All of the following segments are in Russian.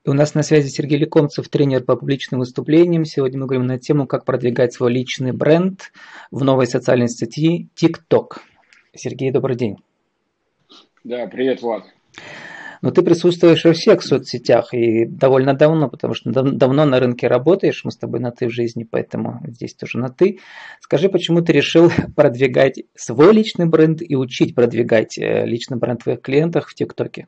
И у нас на связи Сергей Лекомцев, тренер по публичным выступлениям. Сегодня мы говорим на тему, как продвигать свой личный бренд в новой социальной сети TikTok. Сергей, добрый день. Да, привет, Влад. Но ты присутствуешь во всех соцсетях и довольно давно, потому что давно на рынке работаешь, мы с тобой на «ты» в жизни, поэтому здесь тоже на «ты». Скажи, почему ты решил продвигать свой личный бренд и учить продвигать личный бренд твоих клиентов в ТикТоке?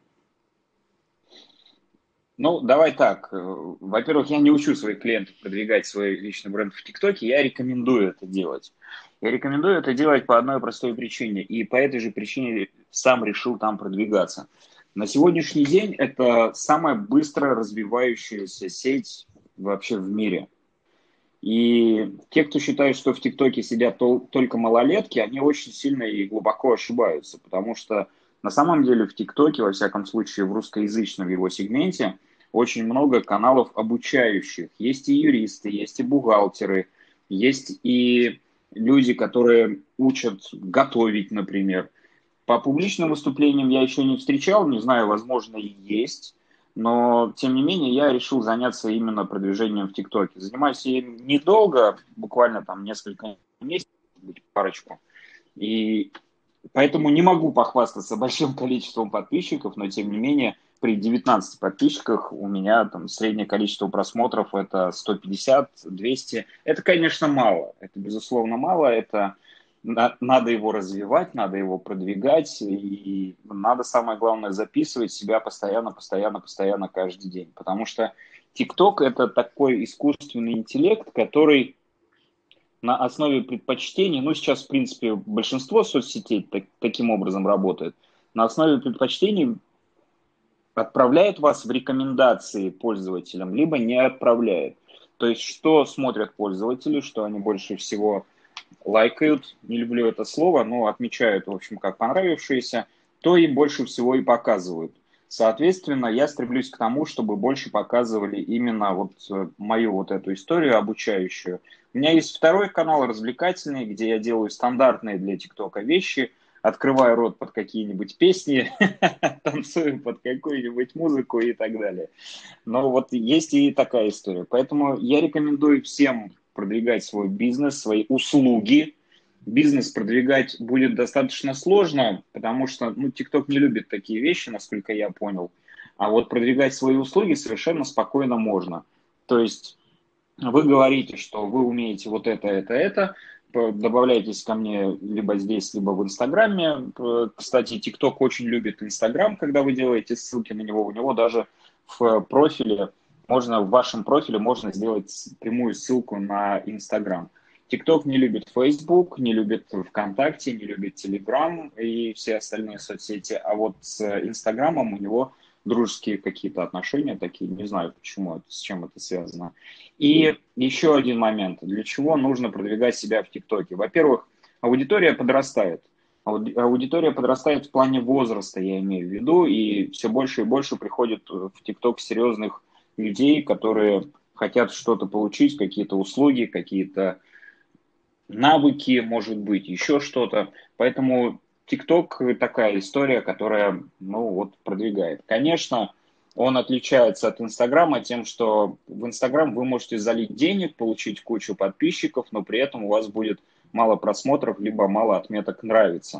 Ну, давай так. Во-первых, я не учу своих клиентов продвигать свой личный бренд в ТикТоке, я рекомендую это делать. Я рекомендую это делать по одной простой причине, и по этой же причине сам решил там продвигаться. На сегодняшний день это самая быстро развивающаяся сеть вообще в мире. И те, кто считает, что в ТикТоке сидят только малолетки, они очень сильно и глубоко ошибаются, потому что на самом деле в ТикТоке, во всяком случае в русскоязычном его сегменте, очень много каналов обучающих. Есть и юристы, есть и бухгалтеры, есть и люди, которые учат готовить, например. По публичным выступлениям я еще не встречал, не знаю, возможно, и есть. Но, тем не менее, я решил заняться именно продвижением в ТикТоке. Занимаюсь им недолго, буквально там несколько месяцев, парочку. И поэтому не могу похвастаться большим количеством подписчиков, но, тем не менее, при 19 подписчиках у меня там среднее количество просмотров это 150-200. Это, конечно, мало. Это, безусловно, мало. Это надо его развивать, надо его продвигать, и надо, самое главное, записывать себя постоянно, постоянно, постоянно каждый день. Потому что TikTok это такой искусственный интеллект, который на основе предпочтений, ну сейчас, в принципе, большинство соцсетей таким образом работает, на основе предпочтений отправляет вас в рекомендации пользователям, либо не отправляет. То есть, что смотрят пользователи, что они больше всего лайкают, не люблю это слово, но отмечают, в общем, как понравившиеся, то им больше всего и показывают. Соответственно, я стремлюсь к тому, чтобы больше показывали именно вот мою вот эту историю обучающую. У меня есть второй канал развлекательный, где я делаю стандартные для ТикТока вещи, открываю рот под какие-нибудь песни, танцую под какую-нибудь музыку и так далее. Но вот есть и такая история. Поэтому я рекомендую всем продвигать свой бизнес, свои услуги. Бизнес продвигать будет достаточно сложно, потому что TikTok не любит такие вещи, насколько я понял. А вот продвигать свои услуги совершенно спокойно можно. То есть вы говорите, что вы умеете вот это, добавляйтесь ко мне либо здесь, либо в Инстаграме. Кстати, TikTok очень любит Инстаграм, когда вы делаете ссылки на него. У него даже в профиле в вашем профиле можно сделать прямую ссылку на Инстаграм. TikTok не любит Facebook, не любит ВКонтакте, не любит Telegram и все остальные соцсети, а вот с Инстаграмом у него дружеские какие-то отношения такие, не знаю почему, с чем это связано. И еще один момент, для чего нужно продвигать себя в ТикТоке. Во-первых, аудитория подрастает. Аудитория подрастает в плане возраста, я имею в виду, и все больше и больше приходит в ТикТок серьезных людей, которые хотят что-то получить, какие-то услуги, какие-то навыки, может быть, еще что-то. Поэтому TikTok такая история, которая, продвигает. Конечно, он отличается от Инстаграма тем, что в Инстаграм вы можете залить денег, получить кучу подписчиков, но при этом у вас будет мало просмотров, либо мало отметок «нравится».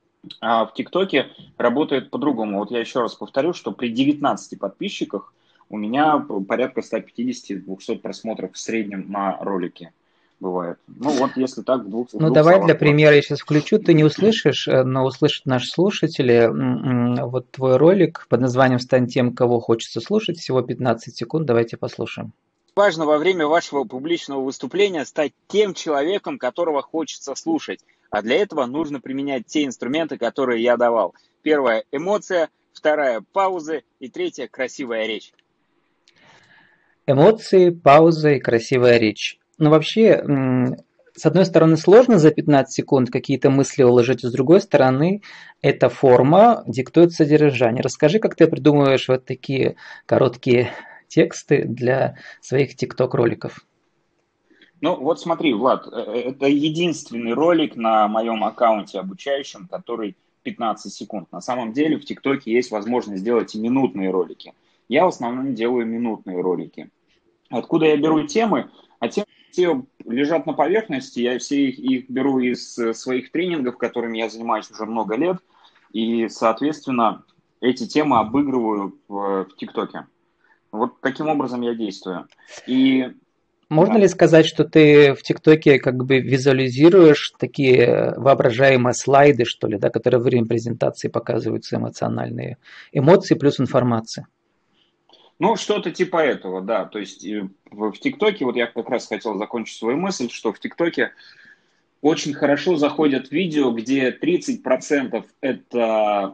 А в ТикТоке работает по-другому. Вот я еще раз повторю, что при 19 подписчиках у меня порядка 150-200 просмотров в среднем на ролике бывает. Вот если так, в двух Давай для словах. примера я сейчас включу, ты не услышишь, но услышат наши слушатели. Вот твой ролик под названием «Стань тем, кого хочется слушать», всего 15 секунд, давайте послушаем. Важно во время вашего публичного выступления стать тем человеком, которого хочется слушать. А для этого нужно применять те инструменты, которые я давал. Первое – эмоция, вторая – паузы и третья – красивая речь. Эмоции, пауза и красивая речь. Вообще, с одной стороны, сложно за 15 секунд какие-то мысли уложить, с другой стороны, эта форма диктует содержание. Расскажи, как ты придумываешь вот такие короткие тексты для своих TikTok-роликов. Смотри, Влад, это единственный ролик на моем аккаунте обучающем, который 15 секунд. На самом деле в ТикТоке есть возможность сделать и минутные ролики. Я в основном делаю минутные ролики. Откуда я беру темы? А темы все лежат на поверхности, я все их беру из своих тренингов, которыми я занимаюсь уже много лет, и, соответственно, эти темы обыгрываю в ТикТоке. Вот таким образом я действую. И Можно да. ли сказать, что ты в ТикТоке как бы визуализируешь такие воображаемые слайды, что ли, да, которые во время презентации показываются эмоциональные эмоции плюс информация? Ну, что-то типа этого, да. То есть в ТикТоке, вот я как раз хотел закончить свою мысль, что в ТикТоке очень хорошо заходят видео, где 30% это,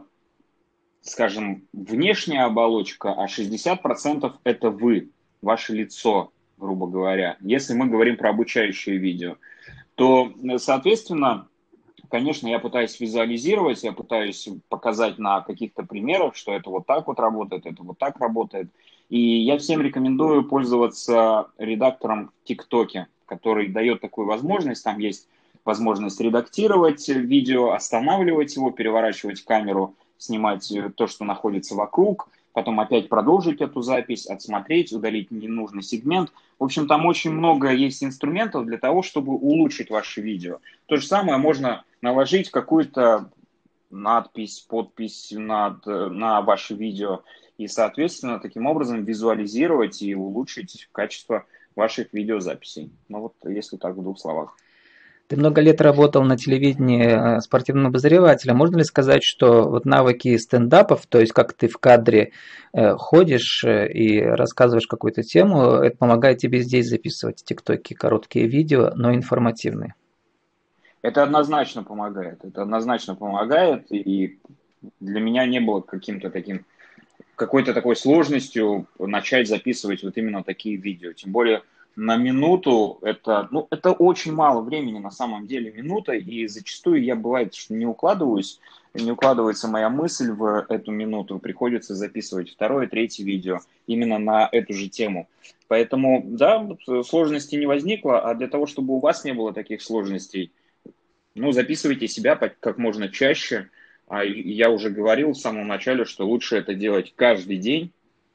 скажем, внешняя оболочка, а 60% это вы, ваше лицо, грубо говоря. Если мы говорим про обучающее видео, то, соответственно, конечно, я пытаюсь визуализировать, я пытаюсь показать на каких-то примерах, что это вот так вот работает, это вот так работает. И я всем рекомендую пользоваться редактором в ТикТоке, который дает такую возможность. Там есть возможность редактировать видео, останавливать его, переворачивать камеру, снимать то, что находится вокруг, потом опять продолжить эту запись, отсмотреть, удалить ненужный сегмент. В общем, там очень много есть инструментов для того, чтобы улучшить ваше видео. То же самое можно наложить какую-то надпись, подпись на ваше видео и, соответственно, таким образом визуализировать и улучшить качество ваших видеозаписей. Ну вот, если так в двух словах. Ты много лет работал на телевидении спортивным обозревателем. Можно ли сказать, что вот навыки стендапов, то есть как ты в кадре ходишь и рассказываешь какую-то тему, это помогает тебе здесь записывать тиктоки, короткие видео, но информативные? Это однозначно помогает. Это однозначно помогает. И для меня не было какой-то такой сложностью начать записывать вот именно такие видео. Тем более на минуту это очень мало времени на самом деле, минута, и зачастую я бывает, что не укладывается моя мысль в эту минуту, приходится записывать второе, третье видео именно на эту же тему. Поэтому, да, сложностей не возникло, а для того, чтобы у вас не было таких сложностей, записывайте себя как можно чаще. А я уже говорил в самом начале, что лучше это делать каждый день,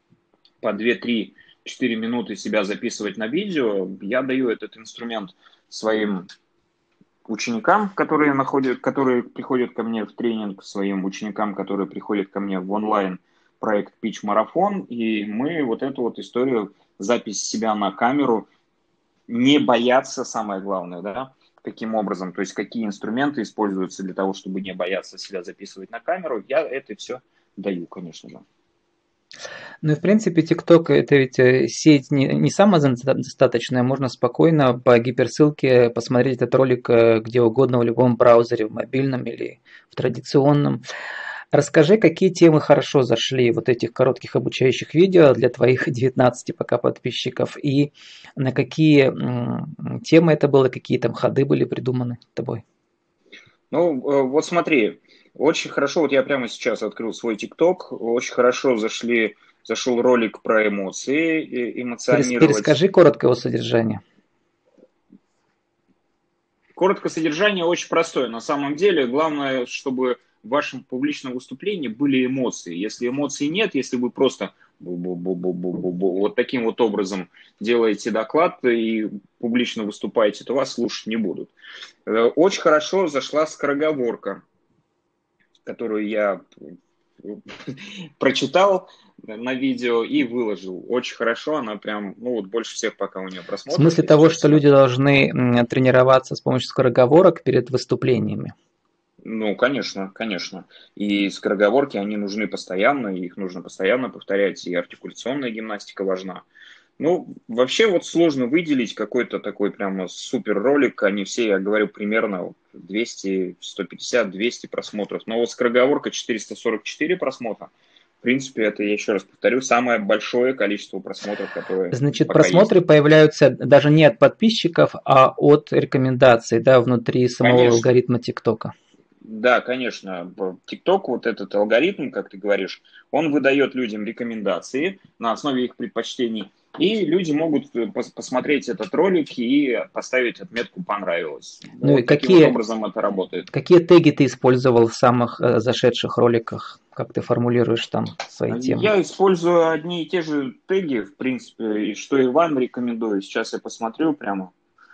по 2-3-4 минуты себя записывать на видео. Я даю этот инструмент своим ученикам, которые приходят ко мне в тренинг, своим ученикам, которые приходят ко мне в онлайн проект Pitch Marathon, и мы вот эту вот историю, запись себя на камеру, не бояться, самое главное, да, каким образом, то есть какие инструменты используются для того, чтобы не бояться себя записывать на камеру, я это все даю, конечно же. Ну и в принципе TikTok это ведь сеть не самодостаточная, можно спокойно по гиперссылке посмотреть этот ролик где угодно в любом браузере, в мобильном или в традиционном. Расскажи, какие темы хорошо зашли вот этих коротких обучающих видео для твоих 19 пока подписчиков, и на какие темы это было, какие там ходы были придуманы тобой? Вот смотри, очень хорошо, вот я прямо сейчас открыл свой ТикТок, очень хорошо зашел ролик про эмоции, эмоционировать. Перескажи коротко его содержание. Коротко содержание очень простое. На самом деле, главное, чтобы в вашем публичном выступлении были эмоции. Если эмоций нет, если вы просто вот таким вот образом делаете доклад и публично выступаете, то вас слушать не будут. Очень хорошо зашла скороговорка, которую я прочитал на видео и выложил. Очень хорошо, она прям, больше всех пока у нее просмотров. В смысле того, что люди должны тренироваться с помощью скороговорок перед выступлениями? Конечно, конечно. И скороговорки, они нужны постоянно, их нужно постоянно повторять, и артикуляционная гимнастика важна. Вообще вот сложно выделить какой-то такой прямо супер ролик, они все, я говорю, примерно 200, 150, 200 просмотров. Но вот скороговорка 444 просмотра. В принципе, это, я еще раз повторю, самое большое количество просмотров, которые Значит, пока просмотры есть. появляются даже не от подписчиков, а от рекомендаций, да, внутри самого Конечно. алгоритма ТикТока. Да, конечно. ТикТок, вот этот алгоритм, как ты говоришь, он выдает людям рекомендации на основе их предпочтений, и люди могут посмотреть этот ролик и поставить отметку «понравилось». Ну и таким вот образом это работает. Какие теги ты использовал в самых зашедших роликах, как ты формулируешь там свои темы? Я использую одни и те же теги, в принципе, что и вам рекомендую. Сейчас я посмотрю прямо.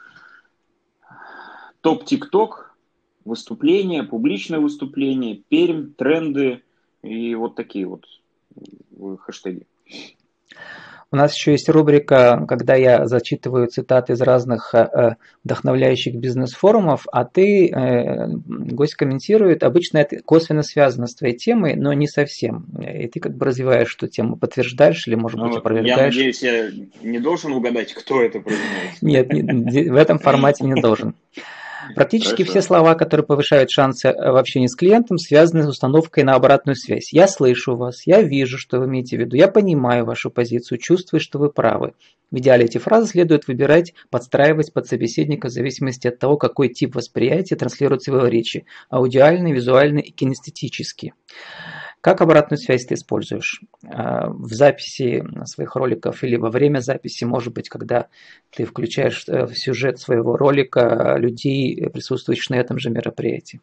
Топ ТикТок, выступления, публичное выступление, Пермь, тренды и вот такие вот хэштеги. У нас еще есть рубрика, когда я зачитываю цитаты из разных вдохновляющих бизнес-форумов, а ты, гость комментирует, обычно это косвенно связано с твоей темой, но не совсем. И ты как бы развиваешь эту тему, подтверждаешь или, может быть, опровергаешь. Я надеюсь, я не должен угадать, кто это произносит. Нет, в этом формате не должен. Практически все слова, которые повышают шансы в общении с клиентом, связаны с установкой на обратную связь. Я слышу вас, я вижу, что вы имеете в виду, я понимаю вашу позицию, чувствую, что вы правы. В идеале эти фразы следует выбирать, подстраивать под собеседника в зависимости от того, какой тип восприятия транслируется в его речи – аудиальный, визуальный и кинестетический. Как обратную связь ты используешь? В записи своих роликов или во время записи, может быть, когда ты включаешь в сюжет своего ролика людей, присутствующих на этом же мероприятии?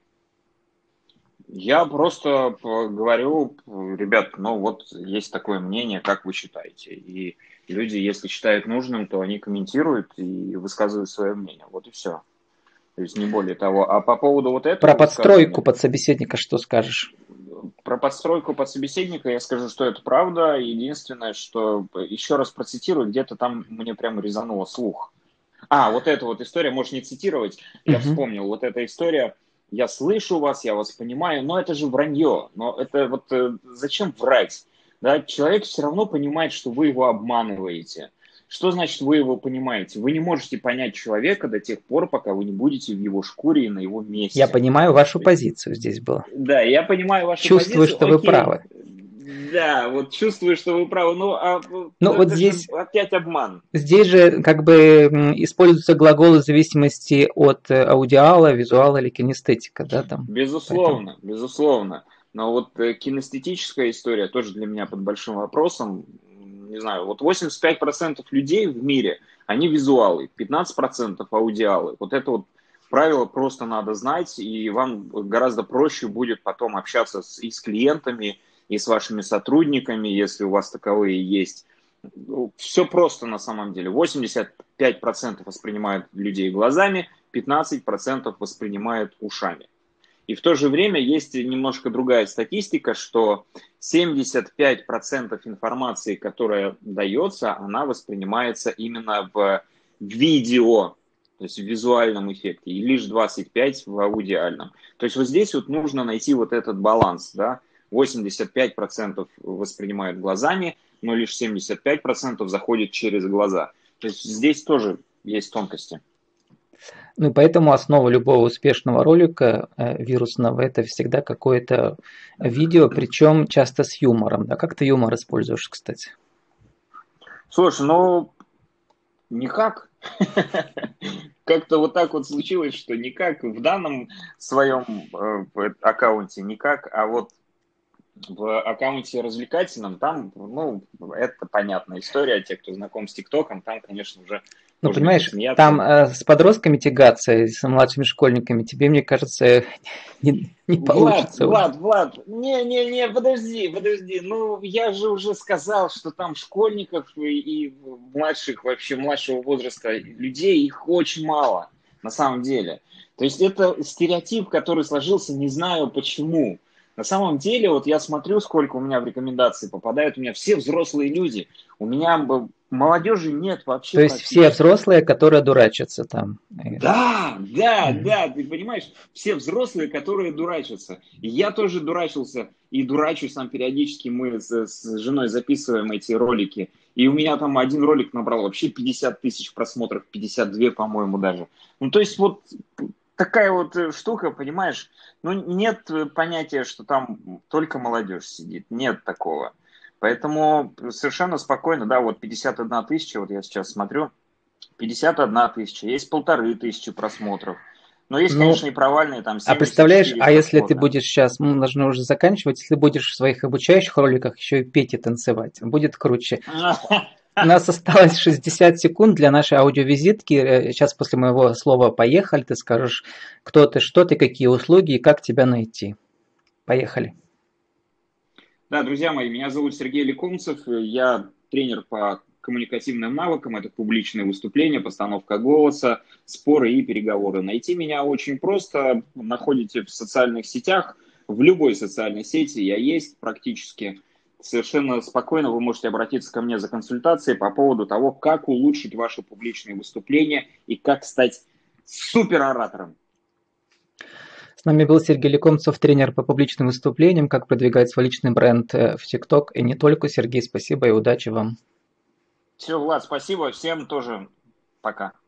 Я просто говорю, ребят, ну вот есть такое мнение, как вы считаете. И люди, если считают нужным, то они комментируют и высказывают свое мнение. Вот и все. То есть не более того. А по поводу вот этого... Про подстройку под собеседника что скажешь? Про подстройку под собеседника я скажу, что это правда. Единственное, что еще раз процитирую, где-то там мне прямо резануло слух. Вот эта вот история, можешь не цитировать, я вспомнил, вот эта история, я слышу вас, я вас понимаю, но это же вранье, но это вот зачем врать? Да? Человек все равно понимает, что вы его обманываете. Что значит вы его понимаете? Вы не можете понять человека до тех пор, пока вы не будете в его шкуре и на его месте. Я понимаю вашу позицию здесь было. Да, я понимаю вашу позицию. Чувствую, что вы правы. Да, вот чувствую, что вы правы. Ну вот здесь опять обман. Здесь же как бы используются глаголы в зависимости от аудиала, визуала или кинестетика, да, там. Безусловно, безусловно. Но вот кинестетическая история тоже для меня под большим вопросом. Не знаю, вот 85% людей в мире, они визуалы, 15% аудиалы. Вот это вот правило просто надо знать, и вам гораздо проще будет потом общаться и с клиентами, и с вашими сотрудниками, если у вас таковые есть. Все просто на самом деле. 85% воспринимают людей глазами, 15% воспринимают ушами. И в то же время есть немножко другая статистика, что 75% информации, которая дается, она воспринимается именно в видео, то есть в визуальном эффекте, и лишь 25% в аудиальном. То есть вот здесь вот нужно найти вот этот баланс, да. 85% воспринимают глазами, но лишь 75% заходит через глаза. То есть здесь тоже есть тонкости. Ну и поэтому основа любого успешного ролика вирусного – это всегда какое-то видео, причем часто с юмором. Да? Как ты юмор используешь, кстати? Слушай, ну никак. Как-то вот так вот случилось, что никак в данном своем аккаунте никак, а вот в аккаунте развлекательном, там, ну, это понятная история. Те, кто знаком с ТикТоком, там, конечно, уже... Ну, понимаешь, там с подростками тягаться, с младшими школьниками, тебе, мне кажется, не получится. Влад, не, подожди. Ну, я же уже сказал, что там школьников и младших, вообще младшего возраста людей, их очень мало, на самом деле. То есть это стереотип, который сложился, не знаю почему. На самом деле, вот я смотрю, сколько у меня в рекомендации попадают, у меня все взрослые люди, у меня молодежи нет вообще. То есть все взрослые, которые дурачатся там. Да, ты понимаешь, все взрослые, которые дурачатся. И я тоже дурачился и дурачусь там периодически, мы с женой записываем эти ролики. И у меня там один ролик набрал вообще 50 тысяч просмотров, 52, по-моему, даже. Ну, то есть вот... Такая вот штука, понимаешь, ну нет понятия, что там только молодежь сидит, нет такого. Поэтому совершенно спокойно, да, вот 51 тысяча, вот я сейчас смотрю, 51 тысяча, есть 1500 просмотров. Но есть, конечно, и провальные там 74 А представляешь, просмотра. Если ты будешь сейчас, мы должны уже заканчивать, если ты будешь в своих обучающих роликах еще и петь и танцевать, будет круче. У нас осталось 60 секунд для нашей аудиовизитки. Сейчас после моего слова «поехали» ты скажешь, кто ты, что ты, какие услуги и как тебя найти. Поехали. Да, друзья мои, меня зовут Сергей Лекомцев, я тренер по коммуникативным навыкам, это публичные выступления, постановка голоса, споры и переговоры. Найти меня очень просто, находите в социальных сетях, в любой социальной сети я есть практически. Совершенно спокойно вы можете обратиться ко мне за консультацией по поводу того, как улучшить ваши публичные выступления и как стать супероратором. С нами был Сергей Лекомцев, тренер по публичным выступлениям, как продвигать свой личный бренд в ТикТок и не только. Сергей, спасибо и удачи вам. Все, Влад, спасибо, всем тоже пока.